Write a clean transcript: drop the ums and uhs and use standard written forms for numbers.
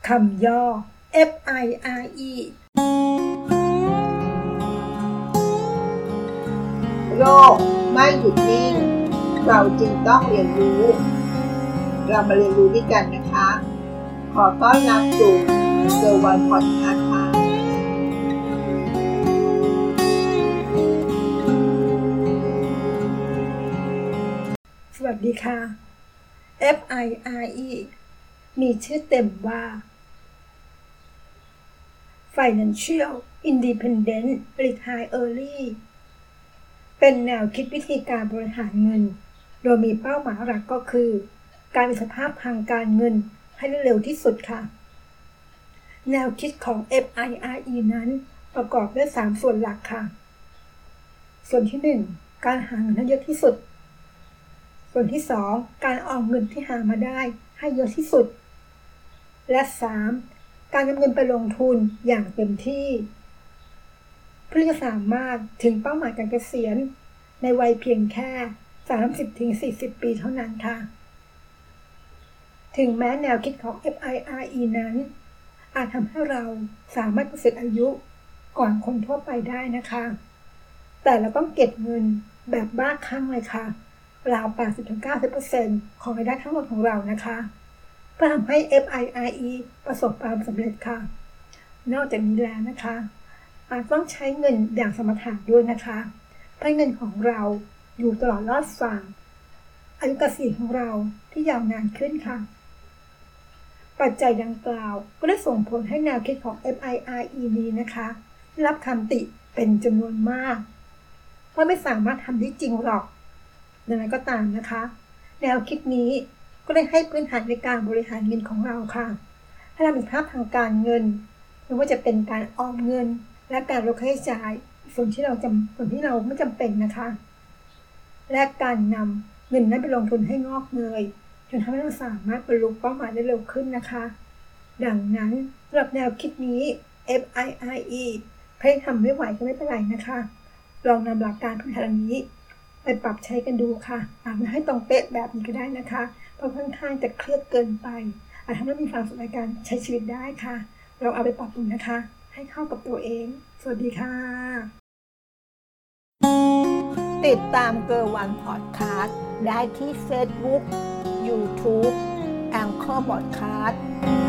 คำย่อ FIRE โลกไม่หยุดนิ่งเราจึงต้องเรียนรู้เรามาเรียนรู้ด้วยกันนะคะขอต้อนรับสู่เซอร์วันพอดคาสต์ค่ะสวัสดีค่ะ FIRE มีชื่อเต็มว่า Financial Independence Retire Early เป็นแนวคิดวิธีการบริหารเงินโดยมีเป้าหมายหลักก็คือการมีสภาพทางการเงินให้เร็วที่สุดค่ะแนวคิดของ FIRE นั้นประกอบด้วย3ส่วนหลักค่ะส่วนที่1การหาเงินให้เยอะที่สุดส่วนที่2การออมเงินที่หามาได้ให้เยอะที่สุดและ3การนำเงินไปลงทุนอย่างเต็มที่เพื่อจะสามารถถึงเป้าหมายการเกษียณในวัยเพียงแค่ 30-40 ปีเท่านั้นค่ะถึงแม้แนวคิดของ FIRE นั้นอาจทำให้เราสามารถเกษียณอายุก่อนคนทั่วไปได้นะคะแต่เราต้องเก็บเงินแบบบ้าคลั่งเลยค่ะราว 80-90% ของรายได้ทั้งหมดของเรานะคะเพื่อทำให้ FIRE ประสบความสำเร็จค่ะนอกจากนี้แล้วนะคะอาจต้องใช้เงินอย่างสมถะด้วยนะคะเพื่อเงินของเราอยู่ตลอดรอดฝั่งอายุเกษียณของเราที่ยาวนานขึ้นค่ะปัจจัยดังกล่าวก็ได้ส่งผลให้แนวคิดของ FIRE นี้นะคะได้รับคำติเป็นจำนวนมากเพราะไม่สามารถทำได้จริงหรอกดังนั้นก็ตามนะคะแนวคิดนี้ก็ได้ให้พื้นฐานในการบริหารเงินของเราค่ะให้เรามีภาพทางการเงินไม่ว่าจะเป็นการออมเงินและการลดค่าใช้จ่ายส่วนที่เราไม่จำเป็นนะคะและการนำเงินนั้นไปลงทุนให้งอกเงยจนทำให้เราสามารถบรรลุเป้าหมายได้เร็วขึ้นนะคะดังนั้นสำหรับแนวคิดนี้ FIRE ใครทำไม่ไหวก็ไม่เป็นไรนะคะลองนำหลักการพื้นฐานนี้ไปปรับใช้กันดูค่ะอาจไม่ให้ตรงเป๊ะแบบนี้ก็ได้นะคะเพราะค่อนข้างจะเครียดเกินไปอาจทำให้มีความสุขในการใช้ชีวิตได้ค่ะเราเอาไปปรับปรุงนะคะให้เข้ากับตัวเองสวัสดีค่ะติดตามเกอร์วันพอดคาสต์ได้ที่ Facebook YouTube Anchor Podcast